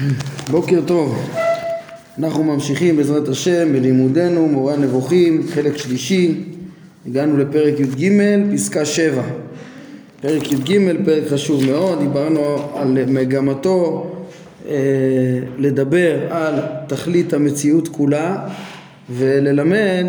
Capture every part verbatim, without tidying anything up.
בוקר טוב, אנחנו ממשיכים בעזרת השם בלימודנו מורה נבוכים, חלק שלישי. הגענו לפרק י"ג, פסקה שבע. פרק י"ג, פרק חשוב מאוד. דיברנו על מגמתו אה, לדבר על תכלית המציאות כולה וללמד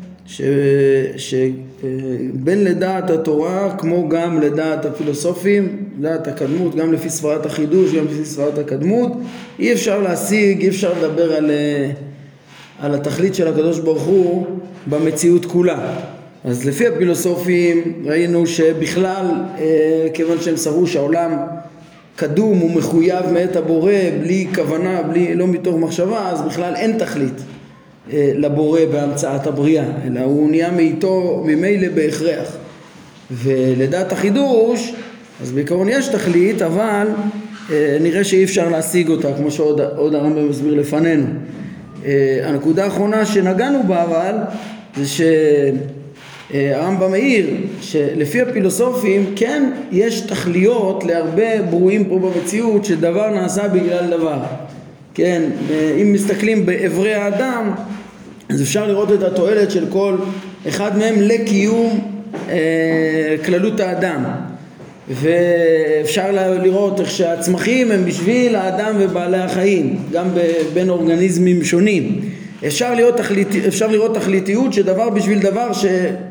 שבין לדעת התורה כמו גם לדעת הפילוסופים, לדעת הקדמות, גם לפי סברת החידוש, גם לפי סברת הקדמות, אי אפשר להשיג, אי אפשר לדבר על, על התכלית של הקדוש ברוך הוא במציאות כולה. אז לפי הפילוסופים ראינו שבכלל, כיוון שהם סברו שהעולם קדום ומחויב מאת הבורא, בלי כוונה, בלי, לא מתוך מחשבה, אז בכלל אין תכלית לבורא בהמצאת הבריאה, אלא הוא נהיה מאיתו ממילא בהכרח. ולדעת החידוש, אז בעיקרון יש תכלית, אבל אה, נראה שאי אפשר להשיג אותה, כמו שעוד עוד הרמב"ם מסביר לפנינו. אה, הנקודה האחרונה שנגענו בה, אבל, זה שהרמב"ם מעיר שלפי הפילוסופים, כן יש תכליות להרבה ברואים פה במציאות, שדבר נעשה בגלל דבר. כן, אם מסתכלים בעברי האדם, אז אפשר לראות את התועלת של כל אחד מהם לקיום אה, כללות האדם. ואפשר לראות איך שהצמחים הם בשביל האדם ובעלי החיים, גם בין אורגניזמים שונים. אפשר לראות, תכלית, אפשר לראות תכליתיות שדבר בשביל דבר ש,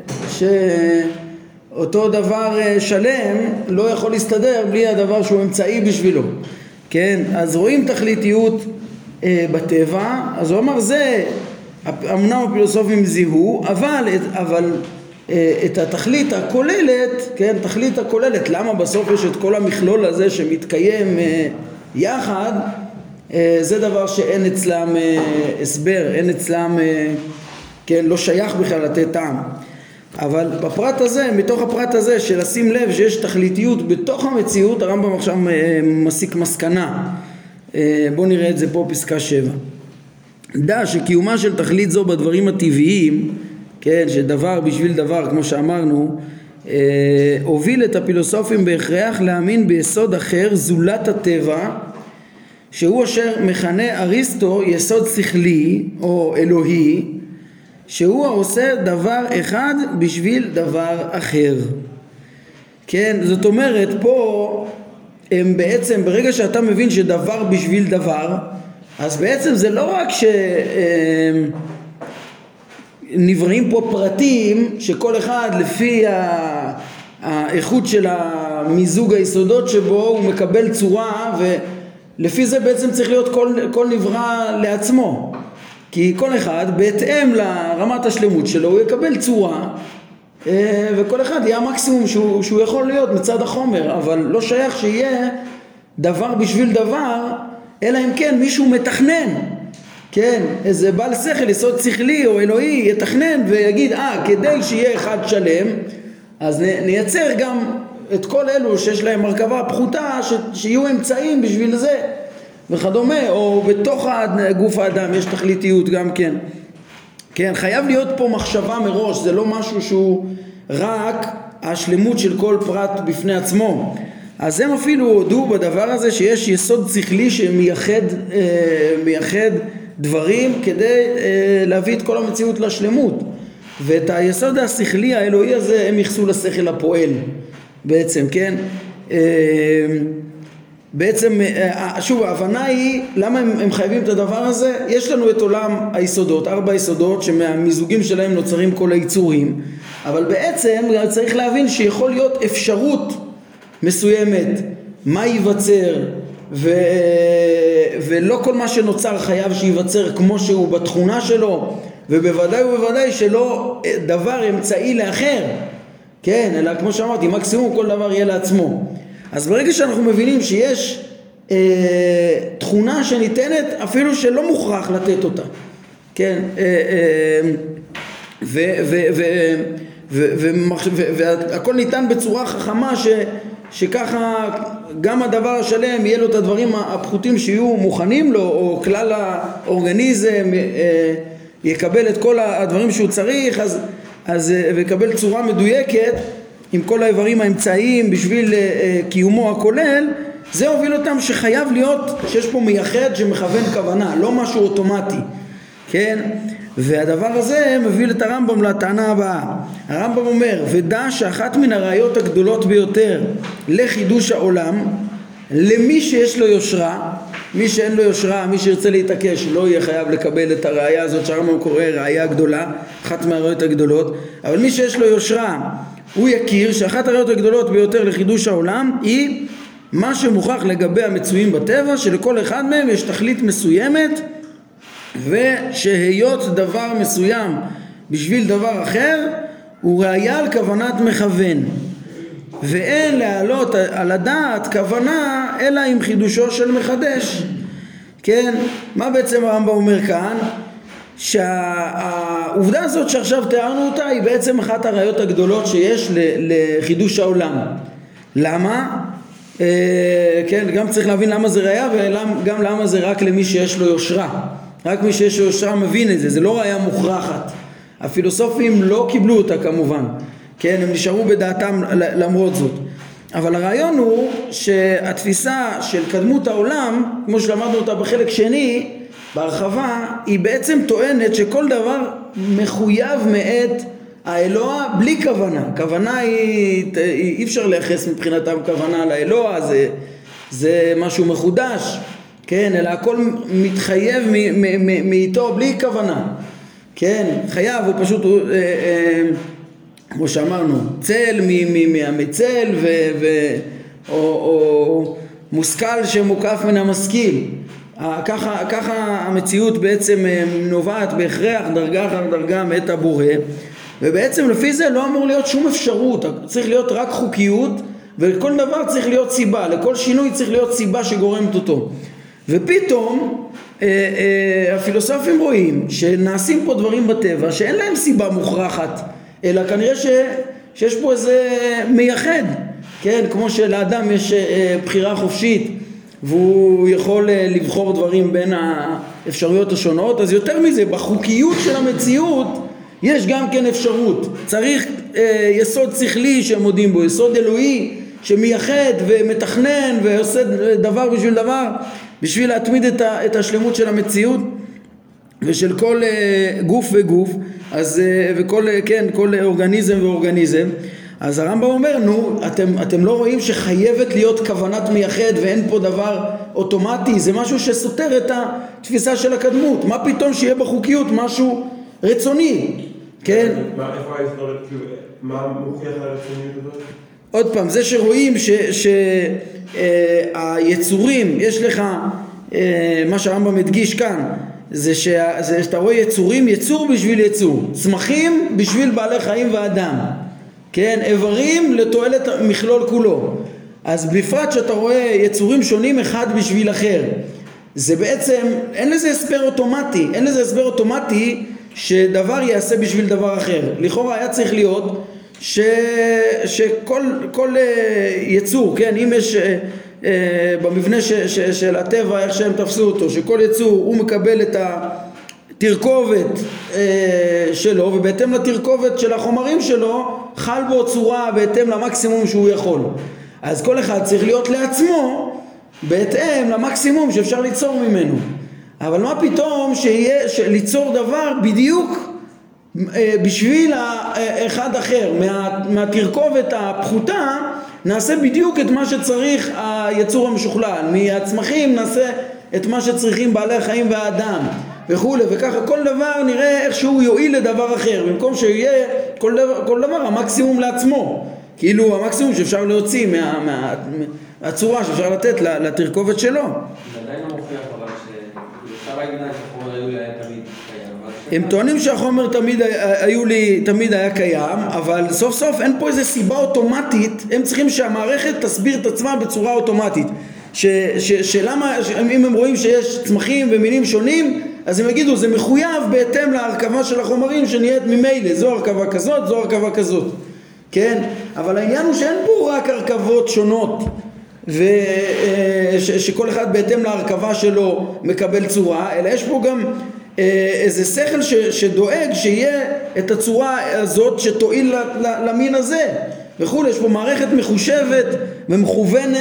שאותו דבר שלם לא יכול להסתדר בלי הדבר שהוא אמצעי בשבילו. כן, אז רואים תכליתיות אה, בטבע. אז הוא אמר זה, אמנם הפילוסופים זיהו, אבל, אבל אה, את התכלית הכוללת, כן, תכלית הכוללת, למה בסוף יש את כל המכלול הזה שמתקיים אה, יחד, אה, זה דבר שאין אצלם אה, הסבר, אין אצלם, אה, כן, לא שייך בכלל לתת טעם. אבל בפרט הזה, מתוך הפרט הזה של לשים לב שיש תכליתיות בתוך המציאות, הרמב"ם עכשיו מסיק מסקנה. בואו נראה את זה פה פסקה שבע. דע שקיומה של תכלית זו בדברים הטבעיים, כן, שדבר בשביל דבר, כמו שאמרנו, הוביל את הפילוסופים בהכרח להאמין ביסוד אחר זולת הטבע, שהוא אשר מכנה אריסטו יסוד שכלי או אלוהי, שהוא עושה דבר אחד בשביל דבר אחר. כן, זאת אומרת, פה הם בעצם, ברגע שאתה מבין שדבר בשביל דבר, אז בעצם זה לא רק שנבראים פה פרטים, שכל אחד לפי האיכות של המיזוג היסודות שבו הוא מקבל צורה, ולפי זה בעצם צריך להיות כל, כל נברא לעצמו. כי כל אחד בהתאם לרמת השלמות שלו הוא יקבל צורה, וכל אחד יהיה המקסימום שהוא, שהוא יכול להיות מצד החומר, אבל לא שייך שיהיה דבר בשביל דבר, אלא אם כן מישהו מתכנן, כן, איזה בעל שכל, יסוד שכלי או אלוהי יתכנן ויגיד, אה, כדי שיהיה אחד שלם, אז נייצר גם את כל אלו שיש להם מרכבה פחותה, ש, שיהיו אמצעים בשביל זה. וכדומה, או בתוך גוף האדם יש תכליתיות גם כן. כן, חייב להיות פה מחשבה מראש, זה לא משהו שהוא רק השלמות של כל פרט בפני עצמו. אז הם אפילו הודו בדבר הזה שיש יסוד שכלי שמייחד אה, מייחד דברים כדי אה, להביא את כל המציאות לשלמות. ואת היסוד השכלי האלוהי הזה הם יחסו לשכל הפועל בעצם, כן? אה, בעצם, שוב, ההבנה היא, למה הם, הם חייבים את הדבר הזה? יש לנו את עולם היסודות, ארבע יסודות, שמהמיזוגים שלהם נוצרים כל היצורים, אבל בעצם צריך להבין שיכול להיות אפשרות מסוימת, מה ייווצר, ו, ולא כל מה שנוצר חייב שייווצר כמו שהוא בתכונה שלו, ובוודאי ובוודאי שלא דבר אמצעי לאחר, כן, אלא כמו שאמרתי, מקסימום כל דבר יהיה לעצמו. אז ברגע שאנחנו מבינים שיש אה, תכונה שניתנת אפילו שלא מוכרח לתת אותה, כן, אה, אה, ו, ו, ו, ו, ו, ו, והכל ניתן בצורה חכמה ש, שככה גם הדבר השלם יהיה לו את הדברים הפחותים שיהיו מוכנים לו, או כלל האורגניזם אה, יקבל את כל הדברים שהוא צריך, אז, אז ויקבל צורה מדויקת עם כל האיברים האמצעיים בשביל uh, קיומו הכולל, זה הוביל אותם שחייב להיות, שיש פה מייחד שמכוון כוונה, לא משהו אוטומטי, כן? והדבר הזה מביא את הרמב"ם לטענה הבאה. הרמב"ם אומר, ודע שאחת מן הראיות הגדולות ביותר לחידוש העולם, למי שיש לו יושרה, מי שאין לו יושרה, מי שירצה להתעקש, לא יהיה חייב לקבל את הראיה הזאת שהרמב"ם קורא ראיה גדולה, אחת מהראיות הגדולות, אבל מי שיש לו יושרה, הוא יכיר שאחת הראיות הגדולות ביותר לחידוש העולם היא מה שמוכח לגבי המצויים בטבע, שלכל אחד מהם יש תכלית מסוימת, ושהיות דבר מסוים בשביל דבר אחר הוא ראיה על כוונת מכוון, ואין להעלות על הדעת כוונה אלא עם חידושו של מחדש. כן, מה בעצם הרמב"ם אומר כאן? שהעובדה הזאת שעכשיו תיארנו אותה היא בעצם אחת הראיות הגדולות שיש לחידוש העולם. למה? כן, גם צריך להבין למה זה ראיה, וגם למה זה רק למי שיש לו יושרה. רק מי שיש לו יושרה מבין את זה, זה לא ראיה מוכרחת. הפילוסופים לא קיבלו אותה כמובן, כן, הם נשארו בדעתם למרות זאת. אבל הרעיון הוא שהתפיסה של קדמות העולם, כמו שלמדנו אותה בחלק שני, בהרחבה, היא בעצם טוענת שכל דבר מחויב מאת האלוה בלי כוונה. כוונה היא, אי אפשר לייחס מבחינתם כוונה לאלוה, זה, זה משהו מחודש, כן, אלא הכל מתחייב מאיתו בלי כוונה, כן, חייב, הוא פשוט, הוא, אה, אה, כמו שאמרנו, צל מהמצל ו, ו, או, או מושכל שמוקף מן המשכיל. ככה, ככה המציאות בעצם נובעת בהכרח דרגה אחר דרגה מאת הבורא, ובעצם לפי זה לא אמור להיות שום אפשרות, צריך להיות רק חוקיות, ולכל דבר צריך להיות סיבה, לכל שינוי צריך להיות סיבה שגורמת אותו. ופתאום אה, אה, הפילוסופים רואים שנעשים פה דברים בטבע שאין להם סיבה מוכרחת, אלא כנראה ש, שיש פה איזה מייחד, כן? כמו שלאדם יש אה, בחירה חופשית והוא יכול אה, לבחור דברים בין האפשרויות השונות, אז יותר מזה, בחוקיות של המציאות יש גם כן אפשרות. צריך אה, יסוד שכלי שהם מודים בו, יסוד אלוהי שמייחד ומתכנן ועושה דבר בשביל דבר, בשביל להתמיד את, ה, את השלמות של המציאות ושל כל uh, גוף וגוף, אז, uh, וכל, uh, כן, כל אורגניזם ואורגניזם. אז הרמב"ם אומר, נו, אתם, אתם לא רואים שחייבת להיות כוונת מייחד ואין פה דבר אוטומטי, זה משהו שסותר את התפיסה של הקדמות. מה פתאום שיהיה בחוקיות משהו רצוני, כן? מה, איפה ההיסטוריה, מה מוכיח הרצוניות הזאת? עוד פעם, זה שרואים שהיצורים, יש לך, מה שהרמב"ם מדגיש כאן, זה שאתה רואה יצורים, יצור בשביל יצור, צמחים בשביל בעלי חיים ואדם, כן, איברים לתועלת מכלול כולו. אז בפרט שאתה רואה יצורים שונים אחד בשביל אחר, זה בעצם, אין לזה הסבר אוטומטי, אין לזה הסבר אוטומטי שדבר יעשה בשביל דבר אחר. לכאורה היה צריך להיות ש, שכל כל יצור, כן, אם יש במבנה ש, ש, של הטבע איך שהם תפסו אותו, שכל יצור הוא מקבל את התרכובת שלו, ובהתאם לתרכובת של החומרים שלו חל בו צורה בהתאם למקסימום שהוא יכול. אז כל אחד צריך להיות לעצמו בהתאם למקסימום שאפשר ליצור ממנו. אבל מה פתאום שיהיה ליצור דבר בדיוק בשביל אחד אחר, מה, מהתרכובת הפחותה נעשה בדיוק את מה שצריך היצור המשוכלל, מהצמחים נעשה את מה שצריכים בעלי החיים והאדם וכו', וככה כל דבר נראה איך שהוא יועיל לדבר אחר, במקום שיהיה כל דבר, כל דבר המקסימום לעצמו, כאילו המקסימום שאפשר להוציא מה, מה, מהצורה שאפשר לתת לתרכובת שלו. זה עדיין לא מוכיח אבל שאפשר להגיד שהחומר היו לי היה תמיד קיים. הם טוענים שהחומר תמיד היו לי, תמיד היה קיים, אבל סוף סוף אין פה איזה סיבה אוטומטית, הם צריכים שהמערכת תסביר את עצמה בצורה אוטומטית. ש, ש, שלמה, אם הם רואים שיש צמחים ומינים שונים, אז הם יגידו, זה מחויב בהתאם להרכבה של החומרים שנהיית ממילא, זו הרכבה כזאת, זו הרכבה כזאת, כן? אבל העניין הוא שאין פה רק הרכבות שונות, ושכל אחד בהתאם להרכבה שלו מקבל צורה, אלא יש פה גם איזה שכל ש, שדואג שיהיה את הצורה הזאת שתועיל למין הזה וכו'. יש פה מערכת מחושבת ומכוונת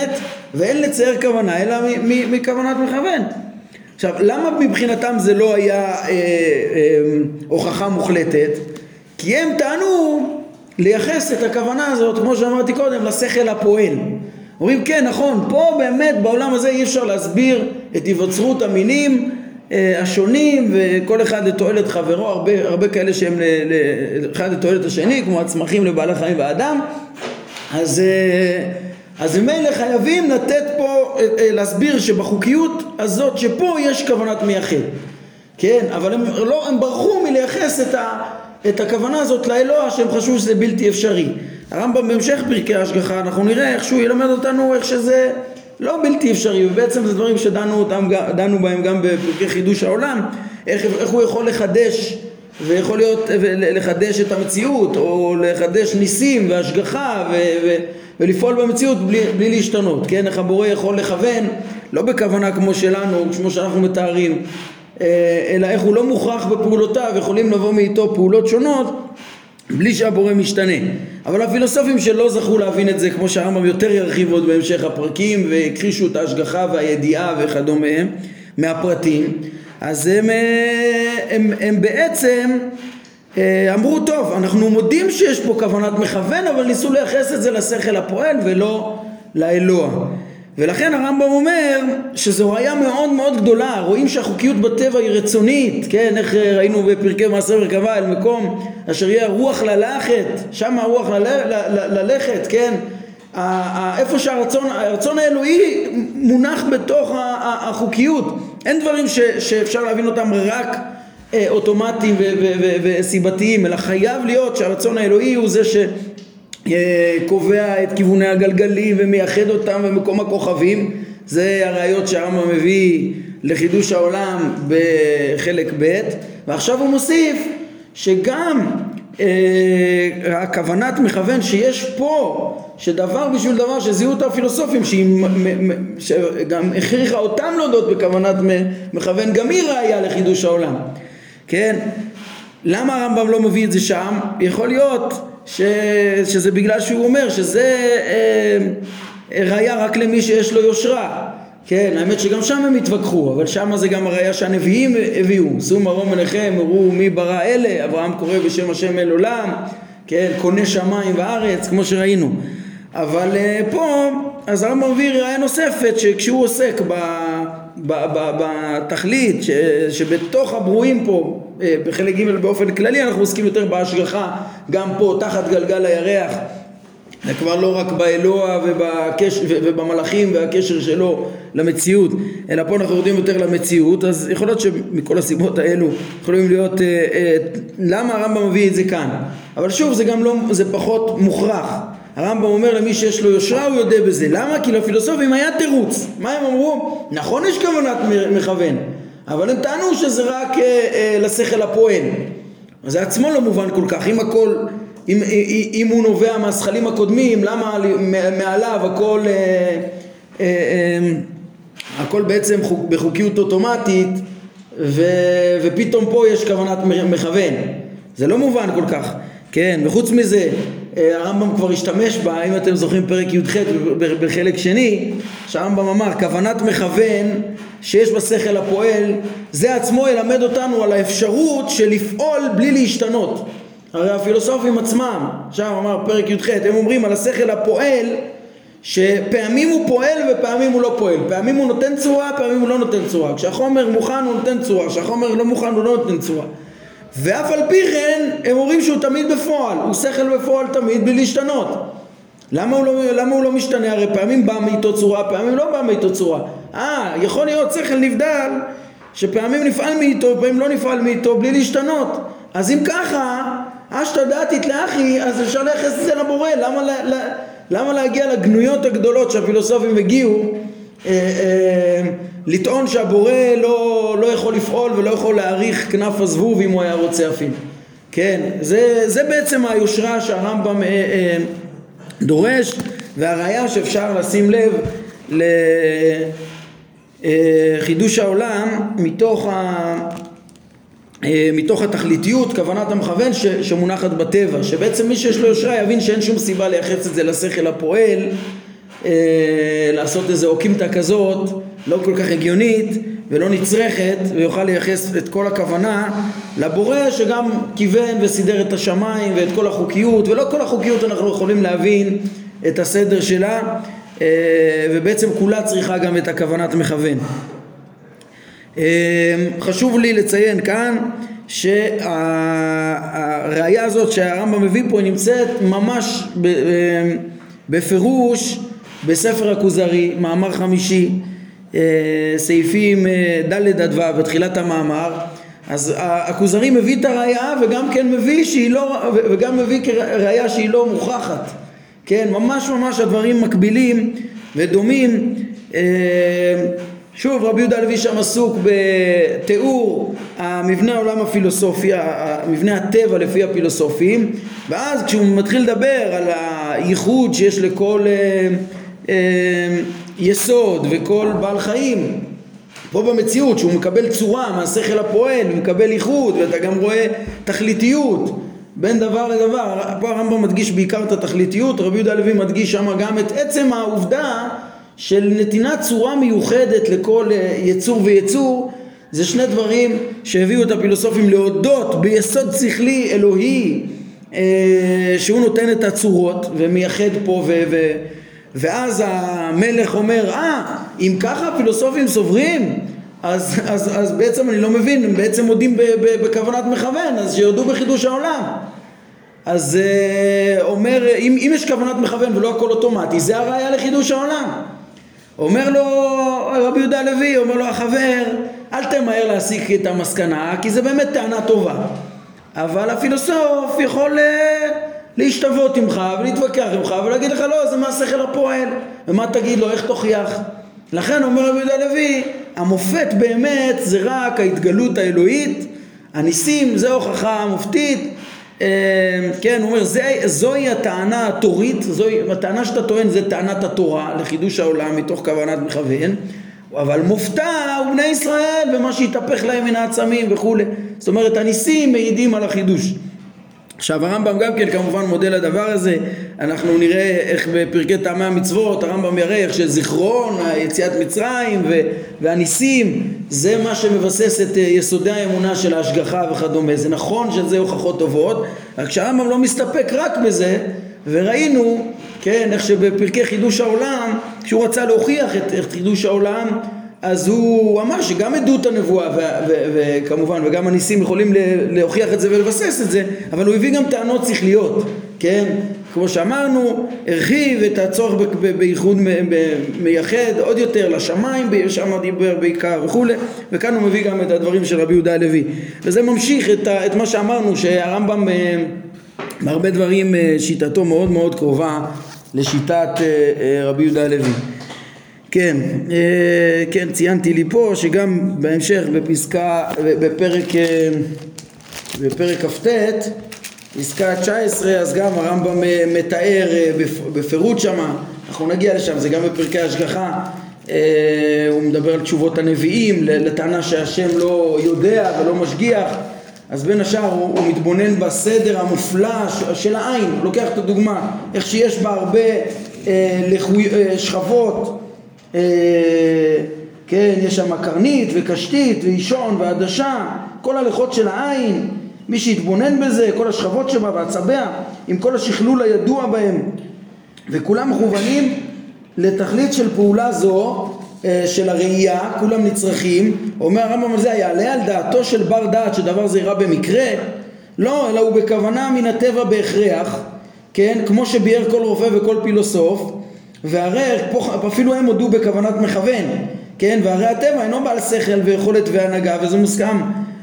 ואין לצייר כוונה אלא מכוונת מכוון. עכשיו, למה מבחינתם זה לא היה אה, אה, הוכחה מוחלטת? כי הם טענו לייחס את הכוונה הזאת, כמו שאמרתי קודם, לשכל הפועל. אומרים, כן, נכון, פה באמת בעולם הזה אי אפשר להסביר את היווצרות המינים אה, השונים, וכל אחד לתועלת חברו, הרבה, הרבה כאלה שהם ל, ל, אחד לתועלת השני, כמו הצמחים לבעלי חיים ואדם. אז... אה, אז ממילא חייבים לתת פה, להסביר שבחוקיות הזאת שפה יש כוונת מייחד, כן? אבל הם, לא, הם ברחו מלייחס את, ה, את הכוונה הזאת לאלוה, שהם חשבו שזה בלתי אפשרי. הרמב"ם בהמשך פרקי ההשגחה, אנחנו נראה איך שהוא ילמד אותנו איך שזה לא בלתי אפשרי, ובעצם זה דברים שדנו אותם, דנו בהם גם בפרקי חידוש העולם, איך, איך הוא יכול לחדש, ויכול להיות לחדש את המציאות, או לחדש ניסים והשגחה ו... ו ולפעול במציאות בלי, בלי להשתנות, כן? איך הבורא יכול לכוון, לא בכוונה כמו שלנו, כמו שאנחנו מתארים, אלא איך הוא לא מוכרח בפעולותיו, יכולים לבוא מאיתו פעולות שונות, בלי שהבורא משתנה. אבל הפילוסופים שלא זכו להבין את זה, כמו שהרמב"ם יותר ירחיב עוד בהמשך הפרקים, והכחישו את ההשגחה והידיעה וכדומה מהפרטים, אז הם, הם, הם בעצם... אמרו, טוב, אנחנו מודים שיש פה כוונת מכוון, אבל ניסו לייחס את זה לשכל הפועל ולא לאלוה. ולכן הרמב"ם אומר שזו ראיה מאוד מאוד גדולה. רואים שהחוקיות בטבע היא רצונית, כן? איך ראינו בפרקי מעשה מרכבה, אל מקום אשר יהיה רוח ללכת, שם הרוח ל- ל- ל- ללכת, כן? איפה שהרצון הרצון האלוהי מונח בתוך החוקיות. אין דברים ש- שאפשר להבין אותם רק אוטומטיים וסיבתיים, אלא חייב להיות שהרצון האלוהי הוא זה שקובע את כיווני הגלגלים ומייחד אותם במקום הכוכבים. זה הראיות שהרמב"ם מביא לחידוש העולם בחלק ב', ועכשיו הוא מוסיף שגם אה, הכוונת מכוון שיש פה, שדבר בשביל דבר שזיהו את הפילוסופים שגם הכריחה אותם להודות בכוונת מכוון, גם היא ראיה לחידוש העולם. כן? למה הרמב"ם לא מביא את זה שם? יכול להיות ש... שזה בגלל שהוא אומר שזה אה, ראיה רק למי שיש לו יושרה. כן, האמת שגם שם הם התווכחו, אבל שם זה גם הראיה שהנביאים הביאו. שאו מרום עליכם, הראו מי ברא אלה, אברהם קורא בשם השם אל עולם, כן, קונה שמיים וארץ, כמו שראינו. אבל אה, פה, אז הרמב"ם מביא ראיה נוספת, שכשהוא עוסק ב... בתכלית ש, שבתוך הברואים פה בחלק ג' באופן כללי אנחנו עוסקים יותר בהשגחה, גם פה תחת גלגל הירח, זה כבר לא רק באלוה ובקש, ובמלאכים והקשר שלו למציאות, אלא פה אנחנו יודעים יותר למציאות. אז יכול להיות שמכל הסיבות האלו יכולים להיות אה, אה, למה הרמב"ם מביא את זה כאן, אבל שוב זה גם לא, זה פחות מוכרח. הרמב"ם אומר למי שיש לו יושרה הוא יודע בזה. למה? כי לפילוסופים היה תירוץ. מה הם אמרו? נכון יש כוונת מכוון, אבל הם טענו שזה רק אה, אה, לשכל הפועל. אז זה עצמו לא מובן כל כך. אם הכל, אם, אם הוא נובע מהשכלים הקודמים, למה מעליו הכל, אה, אה, אה, הכל בעצם חוק, בחוקיות אוטומטית, ו, ופתאום פה יש כוונת מכוון. זה לא מובן כל כך. כן, וחוץ מזה, הרמב"ם כבר השתמש בה, אם אתם זוכרים פרק י"ח בחלק שני, שהרמב"ם אמר, כוונת מכוון שיש בשכל הפועל, זה עצמו ילמד אותנו על האפשרות של לפעול בלי להשתנות. הרי הפילוסופים עצמם, שם אמר פרק י"ח, הם אומרים על השכל הפועל, שפעמים הוא פועל ופעמים הוא לא פועל, פעמים הוא נותן צורה, פעמים הוא לא נותן צורה, כשהחומר מוכן הוא נותן צורה, כשהחומר לא מוכן הוא לא נותן צורה. ואף על פי כן הם אומרים שהוא תמיד בפועל, הוא שכל בפועל תמיד בלי להשתנות. למה הוא לא, למה הוא לא משתנה? הרי פעמים בא מאיתו צורה, פעמים לא בא מאיתו צורה. אה, יכול להיות שכל נבדל שפעמים נפעל מאיתו, פעמים לא נפעל מאיתו בלי להשתנות. אז אם ככה, אשתא דעתית לאחי, אז אפשר לייחס את זה לבורא. למה, למה, למה להגיע לגנויות הגדולות שהפילוסופים הגיעו אה, אה, לטעון שהבורא לא, לא יכול לפעול ולא יכול להעריך כנף הזבוב אם הוא היה רוצה אפילו. כן, זה, זה בעצם היושרה שהרמב"ם אה, אה, דורש, והראיה שאפשר לשים לב לחידוש העולם מתוך, ה, אה, מתוך התכליתיות, כוונת המכוון ש, שמונחת בטבע, שבעצם מי שיש לו יושרה יבין שאין שום סיבה לייחס את זה לשכל הפועל, אה, לעשות איזו אוקימתא כזאת, לא כל כך הגיונית ולא נצרכת, ויוכל לייחס את כל הכוונה לבורא שגם כיוון וסידר את השמיים ואת כל החוקיות, ולא כל החוקיות אנחנו יכולים להבין את הסדר שלה, אה, ובעצם כולה צריכה גם את הכוונת מכוון. חשוב לי לציין כאן שהראיה הזאת שהרמב"ם מביא פה נמצאת ממש בפירוש בספר הכוזרי, מאמר חמישי, סעיפים ד' עד ו' בתחילת המאמר. אז הכוזרי מביא את הראיה וגם כן מביא שהיא לא, וגם מביא כראיה שהיא לא מוכחת, כן, ממש ממש הדברים מקבילים ודומים. שוב, רבי יהודה הלוי שם עסוק בתיאור המבנה העולם הפילוסופי, המבנה הטבע לפי הפילוסופים, ואז כשהוא מתחיל לדבר על הייחוד שיש לכל אה, אה, יסוד וכל בעל חיים פה במציאות, שהוא מקבל צורה מהשכל הפועל, הוא מקבל ייחוד, ואתה גם רואה תכליתיות בין דבר לדבר. פה הרמב"ם מדגיש בעיקר את התכליתיות, רבי יהודה הלוי מדגיש שם גם את עצם העובדה של נתינת צורה מיוחדת לכל יצור ויצור. זה שני דברים שהביאו את הפילוסופים להודות ביסוד שכלי אלוהי שהוא נותן את הצורות ומייחד פה ו- ו- ואז המלך אומר, אה, אם ככה הפילוסופים סוברים, אז, אז, אז בעצם אני לא מבין, הם בעצם מודים ב- ב- בכוונת מכוון, אז שיודו בחידוש העולם. אז אומר, אם, אם יש כוונת מכוון ולא הכל אוטומטי, זה הראיה לחידוש העולם. אומר לו רבי יהודה הלוי, אומר לו החבר, אל תמהר להסיק את המסקנה, כי זה באמת טענה טובה. אבל הפילוסוף יכול להשתוות עמך ולהתווכח עמך ולהגיד לך, לא, זה מהשכל הפועל. ומה תגיד לו, איך תוכיח? לכן אומר רבי יהודה הלוי, המופת באמת זה רק ההתגלות האלוהית, הניסים זה הוכחה המופתית. כן, הוא אומר, זה, זוהי הטענה התורית, זוהי, הטענה שאתה טוען זה טענת התורה לחידוש העולם מתוך כוונת מכוון, אבל מופתע הוא בני ישראל ומה שהתהפך להם מן העצמים וכו'. זאת אומרת, הניסים מעידים על החידוש. עכשיו הרמב"ם גם כן כמובן מודל לדבר הזה. אנחנו נראה איך בפרקי טעמי המצוות הרמב"ם יראה איך שזיכרון יציאת מצרים ו- והניסים זה מה שמבסס את יסודי האמונה של ההשגחה וכדומה. זה נכון שזה הוכחות טובות, רק שהרמב"ם לא מסתפק רק בזה, וראינו כן איך שבפרקי חידוש העולם כשהוא רצה להוכיח את, את חידוש העולם, אז הוא אמר שגם עדות הנבואה ו- ו- וכמובן וגם הניסים יכולים להוכיח את זה ולבסס את זה, אבל הוא הביא גם טענות שכליות, כן? כמו שאמרנו, הרחיב את הצורך בייחוד מייחד עוד יותר לשמיים, שם דיבר בעיקר וכו', וכאן הוא מביא גם את הדברים של רבי יהודה הלוי, וזה ממשיך את, ה- את מה שאמרנו שהרמב"ם בהרבה דברים שיטתו מאוד מאוד קרובה לשיטת רבי יהודה הלוי. כן, כן, ציינתי לי פה שגם בהמשך בפסקה, בפרק, בפרק כ"ט, פסקה תשע עשרה, אז גם הרמב"ם מתאר בפירוט שמה, אנחנו נגיע לשם, זה גם בפרקי השגחה, הוא מדבר על תשובות הנביאים, לטענה שהשם לא יודע ולא משגיח, אז בין השאר הוא, הוא מתבונן בסדר המופלא של העין, הוא לוקח את הדוגמה, איך שיש בה הרבה אה, לחוי, אה, שכבות, אה, כן, יש שם קרנית וקשתית ואישון ועדשה, כל הלכות של העין, מי שהתבונן בזה, כל השכבות שבה והצבע, עם כל השכלול הידוע בהם, וכולם מכוונים לתכלית של פעולה זו, של הראייה, כולם נצרכים. אומר הרמב"ם הזה, יעלה על דעתו של בר דעת שדבר זה אירע במקרה? לא, אלא הוא בכוונה מן הטבע בהכרח, כן, כמו שביאר כל רופא וכל פילוסוף, והרי אפילו הם הודו בכוונת מכוון, כן, והרי הטבע אינו בעל שכל ויכולת והנהגה, וזה מוסכם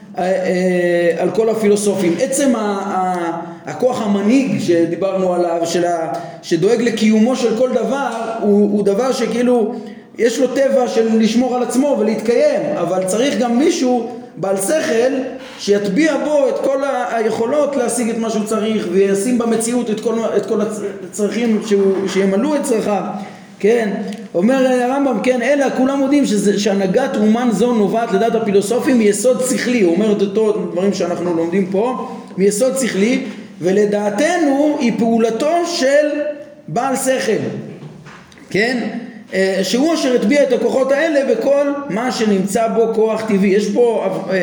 על כל הפילוסופים. עצם הכוח המנהיג שדיברנו עליו, שדואג לקיומו של כל דבר, הוא, הוא דבר שכאילו יש לו טבע של לשמור על עצמו ולהתקיים, אבל צריך גם מישהו בעל שכל שיטביע בו את כל היכולות להשיג את מה שהוא צריך, וישים במציאות את כל, את כל הצרכים שהוא, שימלאו את צרכיו. כן, אומר הרמב"ם, כן, אלא כולם יודעים שזה, שהנהגת אומן זו נובעת לדעת הפילוסופים מיסוד שכלי. הוא אומר את אותו דברים שאנחנו לומדים פה, מיסוד שכלי, ולדעתנו היא פעולתו של בעל שכל. כן? שהוא אשר הטביע את הכוחות האלה בכל מה שנמצא בו כוח טבעי. יש פה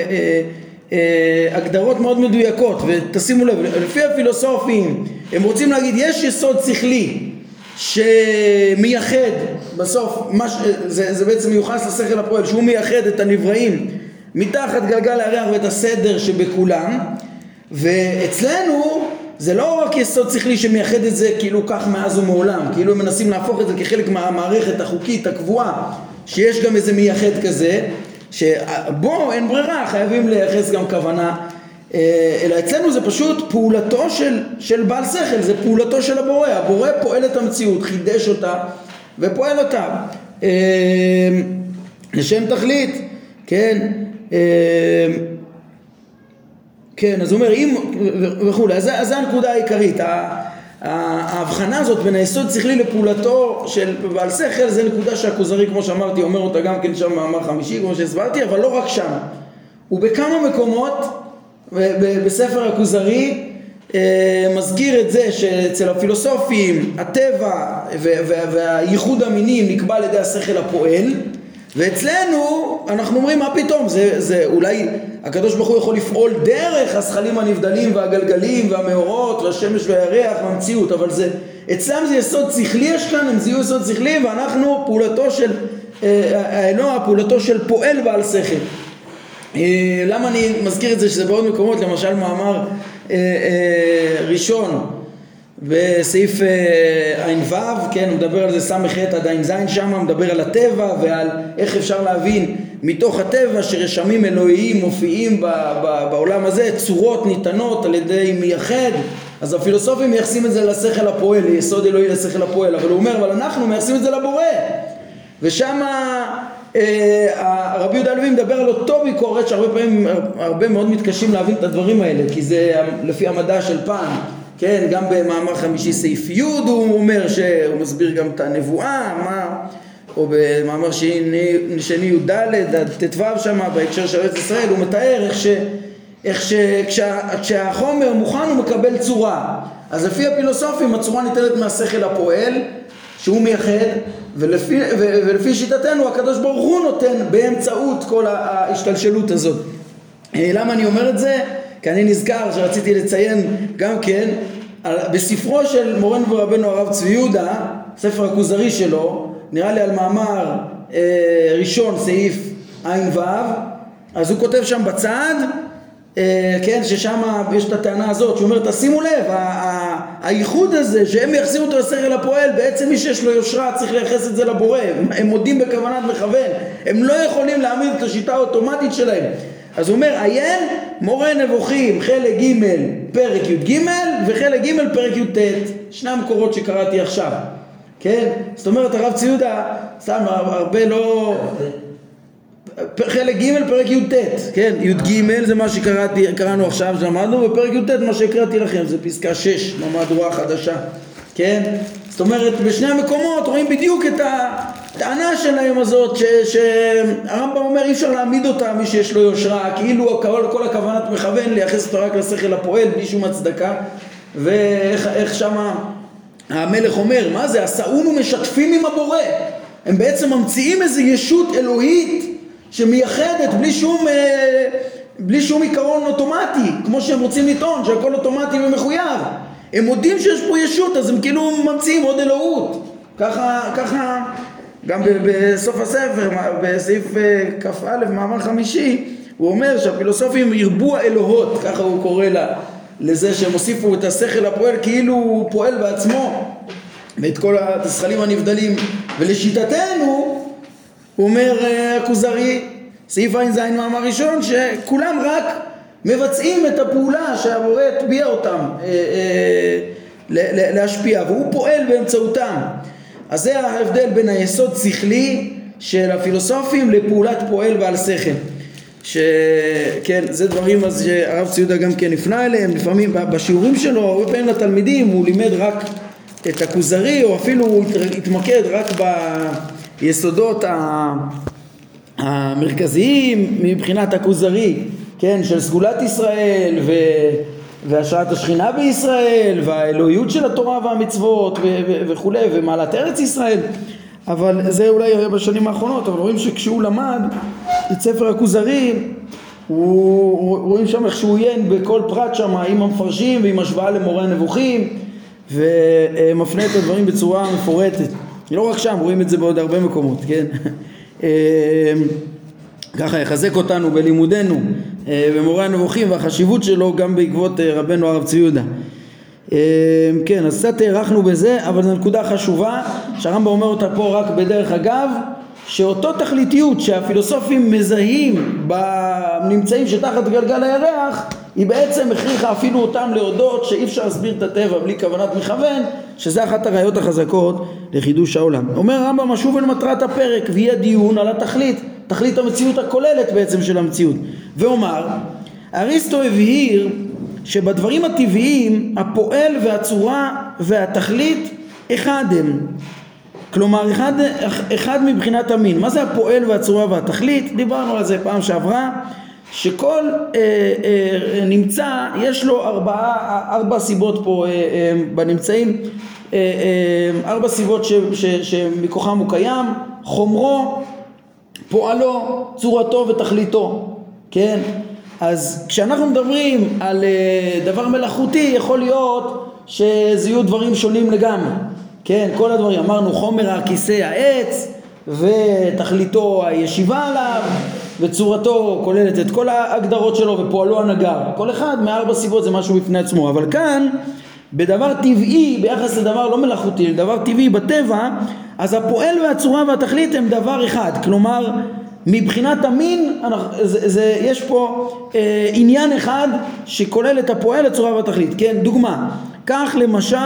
הגדרות מאוד מדויקות, ותשימו לב, לפי הפילוסופים הם רוצים להגיד יש יסוד שכלי שמייחד בסוף, מה, זה, זה בעצם מיוחס לשכל הפועל, שהוא מייחד את הנבראים מתחת גלגל הירח ואת הסדר שבכולם, ואצלנו זה לא רק יסוד שכלי שמייחד את זה כאילו כך מאז ומעולם, כאילו הם מנסים להפוך את זה כחלק מהמערכת החוקית הקבועה, שיש גם איזה מייחד כזה, שבו אין ברירה, חייבים לייחס גם כוונה, אלא אצלנו זה פשוט פעולתו של, של בעל שכל, זה פעולתו של הבורא, הבורא פועל את המציאות, חידש אותה ופועל אותה לשם תכלית, כן, כן, אז הוא אומר, אם וכו', אז, אז זה הנקודה העיקרית, ההבחנה הזאת בין היסוד שכלי לפעולתו של בעל שכל, זה נקודה שהכוזרי, כמו שאמרתי, אומר אותה גם כן שם מאמר חמישי, כמו שהסברתי, אבל לא רק שם, ובכמה מקומות בספר הכוזרי מזכיר את זה שאצל הפילוסופים הטבע והייחוד המינים נקבע על ידי השכל הפועל, ואצלנו אנחנו אומרים מה פתאום, זה, זה אולי הקדוש ברוך הוא יכול לפעול דרך הזכלים הנבדלים והגלגלים והמאורות והשמש והירח והמציאות, אבל זה, אצלם זה יסוד שכלי, יש כאן, הם זיהו יסוד שכלי, ואנחנו פעולתו של האלוה, פעולתו של פועל בעל שכל. למה אני מזכיר את זה? שזה בעוד מקומות, למשל מאמר ראשון בסעיף עין וו, כן, הוא מדבר על זה סמך ח' עד עין זין, שם הוא מדבר על הטבע ועל איך אפשר להבין מתוך הטבע שרשמים אלוהיים מופיעים בעולם הזה, צורות ניתנות על ידי מייחד. אז הפילוסופים מייחסים את זה לשכל הפועל, ליסוד אלוהי לשכל הפועל, אבל הוא אומר, אבל אנחנו מייחסים את זה לבורא, ושם הרבי יהודה הלוי מדבר על אותו ביקורת שהרבה פעמים הרבה מאוד מתקשים להבין את הדברים האלה, כי זה לפי המדע של פעם, כן, גם במאמר חמישי סעיף י' הוא אומר שהוא מסביר גם את הנבואה, מה, או במאמר שני, שני י' ד' תתוו שם בהקשר של ארץ ישראל, הוא מתאר איך ש... איך שכשהחומר מוכן הוא מקבל צורה. אז לפי הפילוסופים הצורה ניתנת מהשכל הפועל שהוא מייחד, ולפי, ולפי שיטתנו הקדוש ברוך הוא נותן באמצעות כל ההשתלשלות הזאת. למה אני אומר את זה? כי אני נזכר שרציתי לציין גם כן בספרו של מורנו ורבנו הרב צבי יהודה, ספר הכוזרי שלו, נראה לי על מאמר אה, ראשון סעיף עין וו, אז הוא כותב שם בצד, אה, כן, ששם יש את הטענה הזאת, שהוא אומר, תשימו לב, הייחוד הזה שהם מייחסים אותו לשכל הפועל, בעצם מי שיש לו יושרה צריך לייחס את זה לבורא, הם מודים בכוונת מכוון, הם לא יכולים להעמיד את השיטה האוטומטית שלהם. אז הוא אומר, עיין מורה נבוכים חלק ג' פרק י' ג' וחלק ג' פרק י' ט', שני המקורות שקראתי עכשיו, כן? זאת אומרת הרב צבי יהודה, סתם הרבה לא... חלק ג' פרק י' ט', כן? י' ג' זה מה שקראתי, קראנו עכשיו שלמדנו, ופרק י' ט' מה שהקראתי לכם, זה פסקה שש במהדורה החדשה, כן? זאת אומרת בשני המקומות רואים בדיוק את הטענה שלהם הזאת, שהרמב"ם אומר אי אפשר להעמיד אותה מי שיש לו יושרה, כאילו כל, כל הכוונת מכוון לייחס אותו רק לשכל הפועל בלי שום הצדקה, ואיך שמה המלך אומר, מה זה? עשאונו משתפים עם הבורא, הם בעצם ממציאים איזו ישות אלוהית שמייחדת בלי שום, בלי שום עיקרון אוטומטי, כמו שהם רוצים לטעון שהכל אוטומטי ומחויב. הם מודים שיש פה ישות, אז הם כאילו ממציאים עוד אלוהות. ככה, ככה גם בסוף הספר, בסעיף כ"א מאמר חמישי, הוא אומר שהפילוסופים ירבו האלוהות, ככה הוא קורא לה, לזה שהם הוסיפו את השכל הפועל כאילו הוא פועל בעצמו ואת כל השכלים הנבדלים. ולשיטתנו הוא אומר הכוזרי, סעיף עין זין מאמר ראשון, שכולם רק מבצעים את הפעולה שהבורא הטביע אותם אה, אה, להשפיע, והוא פועל באמצעותם. אז זה ההבדל בין היסוד שכלי של הפילוסופים לפעולת פועל בעל שכל. שכן, זה דברים אז שהרב צבי יהודה גם כן הפנה אליהם, לפעמים בשיעורים שלו, הרבה פעמים לתלמידים הוא לימד רק את הכוזרי, או אפילו הוא התמקד רק ביסודות המרכזיים מבחינת הכוזרי, כן, של סגולת ישראל והשראת השכינה בישראל, והאלוהיות של התורה והמצוות וכו', ומעלת ארץ ישראל. אבל זה אולי יראה בשנים האחרונות, אבל רואים שכשהוא למד את ספר הכוזרי, הוא, רואים שם איך שהוא עיין בכל פרט שם עם המפרשים ועם השוואה למורה הנבוכים, ומפנה את הדברים בצורה מפורטת. לא רק שם, רואים את זה בעוד הרבה מקומות, כן? ככה יחזק אותנו בלימודנו במורה הנבוכים והחשיבות שלו גם בעקבות רבנו הרב צבי יהודה. כן, אז קצת הערכנו בזה, אבל זו נקודה חשובה שהרמב"ם אומר אותה פה רק בדרך אגב, שאותו תכליתיות שהפילוסופים מזהים בנמצאים שתחת גלגל הירח, היא בעצם הכריחה אפילו אותם להודות שאי אפשר להסביר את הטבע בלי כוונת מכוון, שזה אחת הראיות החזקות לחידוש העולם. אומר הרמב"ם משוב אל מטרת הפרק, והיא הדיון על התכלית, תכלית המציאות הכוללת בעצם של המציאות. ואומר, אריסטו הבהיר שבדברים הטבעיים הפועל והצורה והתכלית אחד הם. כלומר, אחד, אחד מבחינת המין. מה זה הפועל והצורה והתכלית? דיברנו על זה פעם שעברה, שכל אה, אה, נמצא, יש לו ארבעה, ארבע סיבות פה אה, אה, בנמצאים, אה, אה, ארבע סיבות ש, ש, שמכוחם הוא קיים, חומרו, פועלו, צורתו ותכליתו, כן? אז כשאנחנו מדברים על אה, דבר מלאכותי, יכול להיות שזה יהיו דברים שונים לגמרי. כן, כל הדברים, אמרנו חומר הכיסא העץ ותכליתו הישיבה עליו וצורתו כוללת את כל ההגדרות שלו ופועלו הנגר. כל אחד מארבע סיבות זה משהו בפני עצמו, אבל כאן בדבר טבעי ביחס לדבר לא מלאכותי, לדבר טבעי בטבע, אז הפועל והצורה והתכלית הם דבר אחד. כלומר מבחינת המין זה, זה, יש פה אה, עניין אחד שכולל את הפועל, הצורה והתכלית. כן, דוגמה, כך למשל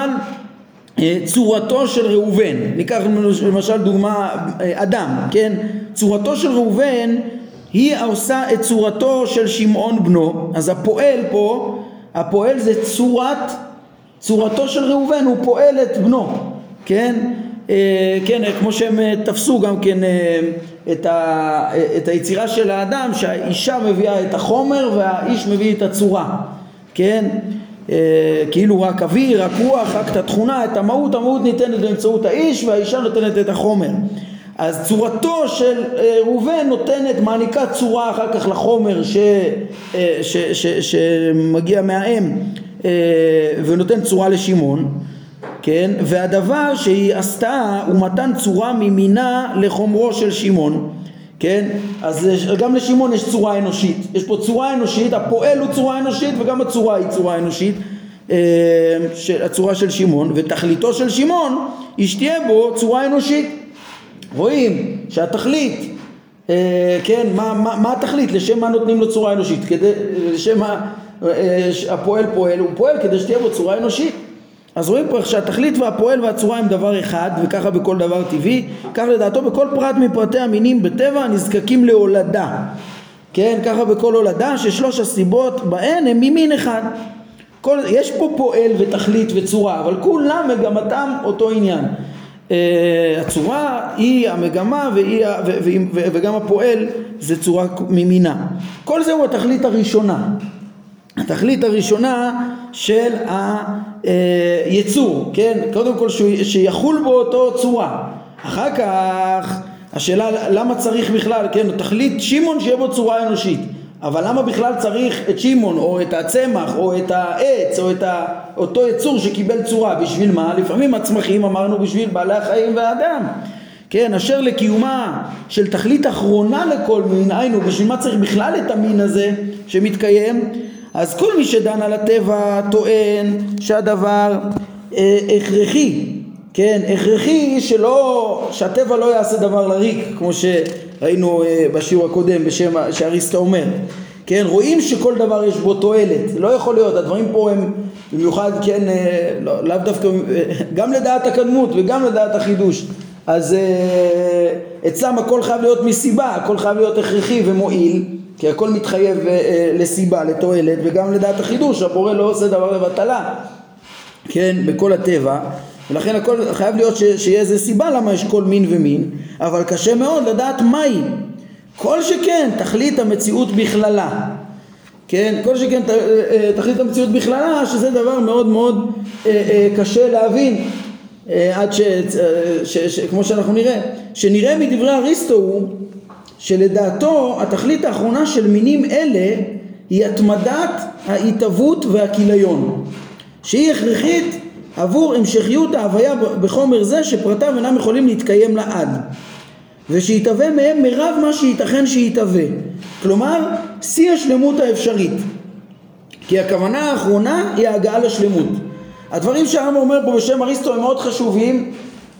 צורתו של ראובן, ניקח למשל דוגמה אדם, כן? צורתו של ראובן היא עושה את צורתו של שמעון בנו. אז הפועל פה, הפועל זה צורת, צורתו של ראובן, הוא פועל את בנו, כן? אה, כן, כמו שהם תפסו גם כן אה, את, ה, את היצירה של האדם, שהאישה מביאה את החומר והאיש מביא את הצורה, כן? כאילו רק אוויר, רק רוח, רק את התכונה, את המהות, המהות ניתנת באמצעות האיש והאישה נותנת את החומר. אז צורתו של ראובן נותנת, מעניקה צורה אחר כך לחומר ש, ש, ש, ש, שמגיע מהאם ונותן צורה לשמעון, כן? והדבר שהיא עשתה הוא מתן צורה ממינה לחומרו של שמעון, כן? אז גם לשמעון יש צורה אנושית, יש פה צורה אנושית, הפועל הוא צורה אנושית וגם הצורה היא צורה אנושית, הצורה של שמעון, ותכליתו של שמעון היא שתהיה בו צורה אנושית. רואים שהתכלית, כן, מה, מה, מה התכלית? לשם מה נותנים לו צורה אנושית? כדי, לשם מה הפועל פועל, הוא פועל כדי שתהיה בו צורה אנושית. אז רואים פה שהתכלית והפועל והצורה הם דבר אחד, וככה בכל דבר טבעי, כך לדעתו בכל פרט מפרטי המינים בטבע נזקקים להולדה, כן, ככה בכל הולדה ששלוש הסיבות בהן הם ממין אחד. כל, יש פה פועל ותכלית וצורה, אבל כולם מגמתם אותו עניין. Uh, הצורה היא המגמה והיא, ו, ו, ו, וגם הפועל זה צורה ממינה. כל זה הוא התכלית הראשונה. התכלית הראשונה של היצור, כן? קודם כל שיחול בו אותו צורה. אחר כך השאלה למה צריך בכלל, כן? תכלית שמעון שיהיה בו צורה אנושית. אבל למה בכלל צריך את שמעון או את הצמח או את העץ או את אותו יצור שקיבל צורה? בשביל מה? לפעמים הצמחים אמרנו בשביל בעלי החיים והאדם. כן, אשר לקיומה של תכלית אחרונה לכל מין, היינו בשביל מה צריך בכלל את המין הזה שמתקיים? אז כל מי שדן על הטבע טוען שהדבר אה, הכרחי, כן, הכרחי שלא, שהטבע לא יעשה דבר לריק, כמו שראינו אה, בשיעור הקודם בשם שאריסטו אומר. כן, רואים שכל דבר יש בו תועלת, לא יכול להיות, הדברים פה הם במיוחד, כן, אה, לא, לאו דווקא, אה, גם לדעת הקדמות וגם לדעת החידוש. אז אה, אצלם הכל חייב להיות מסיבה, הכל חייב להיות הכרחי ומועיל, כי הכל מתחייב אה, לסיבה, לתועלת, וגם לדעת החידוש, הבורא לא עושה דבר לבטלה, כן, בכל הטבע, ולכן הכל חייב להיות ש, שיהיה איזה סיבה למה יש כל מין ומין, אבל קשה מאוד לדעת מהי. כל שכן, תכלית המציאות בכללה. כן, כל שכן תכלית המציאות בכללה, שזה דבר מאוד מאוד קשה להבין, עד ש, ש, ש, כמו שאנחנו נראה, שנראה מדברי אריסטו הוא שלדעתו התכלית האחרונה של מינים אלה היא התמדת ההתהוות והכיליון, שהיא הכרחית עבור המשכיות ההוויה בחומר זה שפרטיו אינם יכולים להתקיים לעד, ושיתהווה מהם מרב מה שייתכן שיתהווה, כלומר שיא השלמות האפשרית, כי הכוונה האחרונה היא ההגעה לשלמות. הדברים שהרמב"ם אומר פה בשם אריסטו הם מאוד חשובים,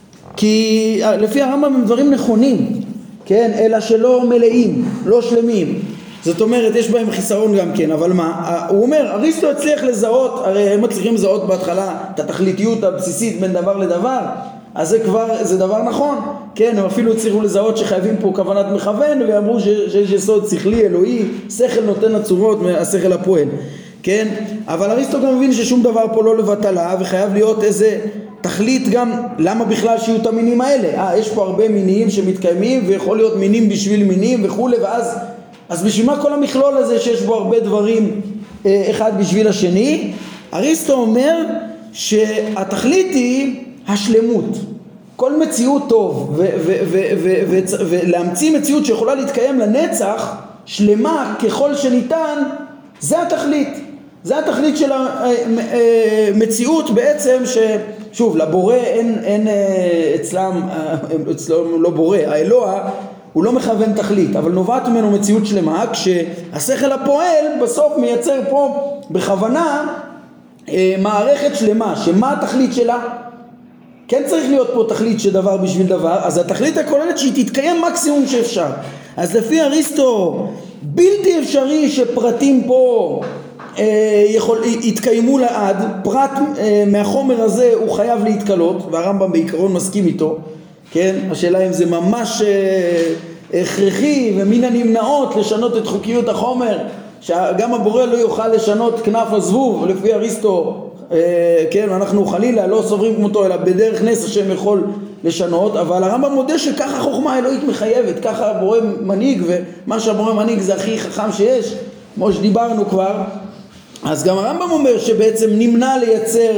כי לפי הרמב"ם הם דברים נכונים, כן, אלא שלא מלאים, לא שלמים. זאת אומרת, יש בהם חיסרון גם כן, אבל מה? הוא אומר, אריסטו הצליח לזהות, הרי הם מצליחים לזהות בהתחלה את התכליתיות הבסיסית בין דבר לדבר, אז זה כבר, זה דבר נכון, כן, הם אפילו הצליחו לזהות שחייבים פה כוונת מכוון, ואמרו שיש יסוד שכלי אלוהי, שכל נותן הצורות מהשכל הפועל, כן, אבל אריסטו גם מבין ששום דבר פה לא לבטלה, וחייב להיות איזה תכלית גם, למה בכלל שיהיו את המינים האלה? אה, יש פה הרבה מינים שמתקיימים, ויכול להיות מינים בשביל מינים וכו', ואז, אז בשביל מה כל המכלול הזה שיש בו הרבה דברים אה, אחד בשביל השני? אריסטו אומר שהתכלית היא השלמות. כל מציאות טוב, ולהמציא מציאות שיכולה להתקיים לנצח, שלמה ככל שניתן, זה התכלית. זה התכלית של המציאות בעצם, ששוב, לבורא אין, אין אצלם, אצלם לא בורא, האלוה הוא לא מכוון תכלית, אבל נובעת ממנו מציאות שלמה, כשהשכל הפועל בסוף מייצר פה בכוונה מערכת שלמה, שמה התכלית שלה? כן צריך להיות פה תכלית שדבר בשביל דבר, אז התכלית הכוללת שהיא תתקיים מקסימום שאפשר. אז לפי אריסטו בלתי אפשרי שפרטים פה אה, יכול, יתקיימו לעד, פרט אה, מהחומר הזה הוא חייב להתקלות, והרמב"ם בעיקרון מסכים איתו, כן? השאלה אם זה ממש אה, הכרחי ומן הנמנעות לשנות את חוקיות החומר, שגם הבורא לא יוכל לשנות כנף הזבוב, לפי אריסטו, כן, אנחנו חלילה לא סוברים כמותו, אלא בדרך נס השם יכול לשנות, אבל הרמב"ם מודה שככה חוכמה אלוהית מחייבת, ככה הבורא מנהיג, ומה שהבורא מנהיג זה הכי חכם שיש, כמו שדיברנו כבר. אז גם הרמב"ם אומר שבעצם נמנע לייצר,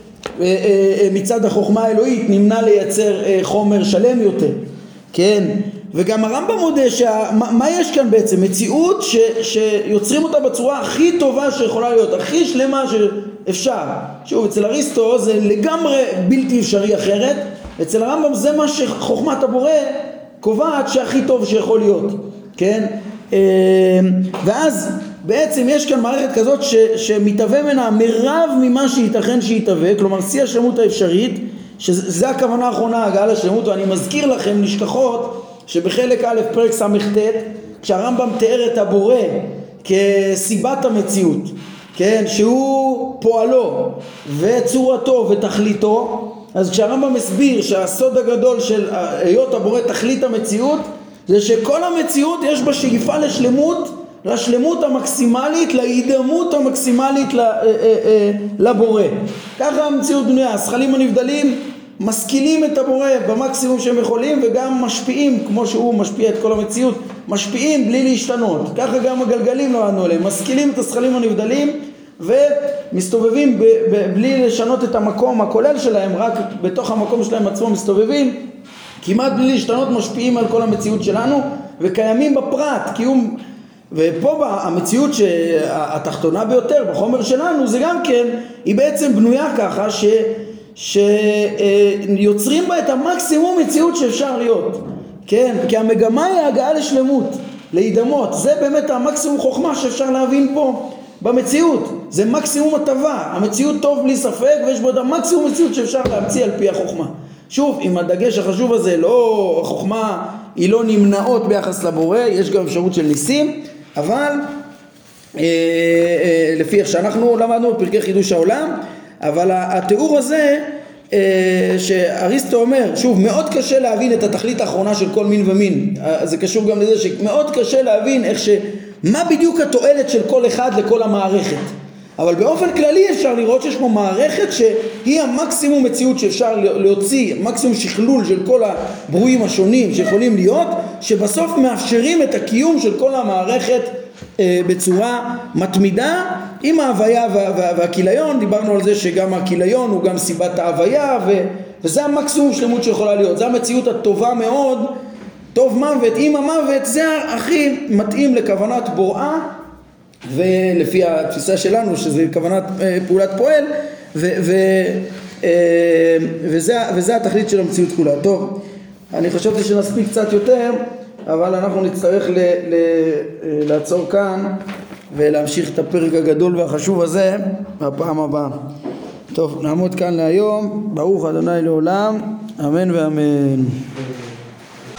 מצד החוכמה האלוהית, נמנע לייצר חומר שלם יותר, כן? וגם הרמב"ם מודה שמה יש כאן בעצם? מציאות ש, שיוצרים אותה בצורה הכי טובה שיכולה להיות, הכי שלמה שאפשר. שוב, אצל אריסטו זה לגמרי בלתי אפשרי אחרת, אצל הרמב"ם זה מה שחוכמת הבורא קובעת שהכי טוב שיכול להיות, כן? ואז בעצם יש כאן מערכת כזאת ש, שמתהווה ממנה מרב ממה שייתכן שיתהווה, כלומר שיא השלמות האפשרית, שזה הכוונה האחרונה, הגעה לשלמות. ואני מזכיר לכם נשכחות שבחלק א' פרק ס"ט, כשהרמב"ם תיאר את הבורא כסיבת המציאות, כן, שהוא פועלו וצורתו ותכליתו, אז כשהרמב"ם מסביר שהסוד הגדול של היות הבורא תכלית המציאות, זה שכל המציאות יש בה שאיפה לשלמות, לשלמות המקסימלית, להידמות המקסימלית לבורא. ככה המציאות בנויה, השכלים הנבדלים משכילים את הבורא במקסימום שהם יכולים, וגם משפיעים כמו שהוא משפיע את כל המציאות, משפיעים בלי להשתנות. ככה גם הגלגלים לא ענו עליהם, משכילים את השכלים הנבדלים ומסתובבים ב- ב- בלי לשנות את המקום הכולל שלהם, רק בתוך המקום שלהם עצמו מסתובבים, כמעט בלי להשתנות, משפיעים על כל המציאות שלנו וקיימים בפרט, קיום. ופה המציאות שהתחתונה ביותר בחומר שלנו, זה גם כן, היא בעצם בנויה ככה ש... שיוצרים בה את המקסימום מציאות שאפשר להיות, כן? כי המגמה היא ההגעה לשלמות, להידמות. זה באמת המקסימום חוכמה שאפשר להבין פה במציאות, זה מקסימום הטבה. המציאות טוב בלי ספק, ויש בו את המקסימום מציאות שאפשר להמציא על פי החוכמה. שוב, עם הדגש החשוב הזה, לא, החוכמה היא לא נמנעות ביחס לבורא, יש גם אפשרות של ניסים, אבל אה, אה, לפי איך שאנחנו למדנו בפרקי חידוש העולם, אבל התיאור הזה שאריסטו אומר, שוב, מאוד קשה להבין את התכלית האחרונה של כל מין ומין. זה קשור גם לזה שמאוד קשה להבין איך ש... מה בדיוק התועלת של כל אחד לכל המערכת. אבל באופן כללי אפשר לראות שיש פה מערכת שהיא המקסימום מציאות שאפשר להוציא, מקסימום שכלול של כל הברואים השונים שיכולים להיות, שבסוף מאפשרים את הקיום של כל המערכת בצורה מתמידה עם ההוויה והכיליון. דיברנו על זה שגם הכיליון הוא גם סיבת ההוויה, וזה המקסימום שלמות שיכולה להיות, זה המציאות הטובה מאוד. טוב מוות עם המוות זה הכי מתאים לכוונת בוראה, ולפי התפיסה שלנו שזה כוונת פעולת פועל, ו, ו, וזה, וזה התכלית של המציאות כולה. טוב, אני חשבתי שנספיק קצת יותר, אבל אנחנו נצטרך ל, ל, לעצור כאן ולהמשיך את הפרק הגדול והחשוב הזה בפעם הבאה. טוב, נעמוד כאן להיום. ברוך ה' לעולם, אמן ואמן.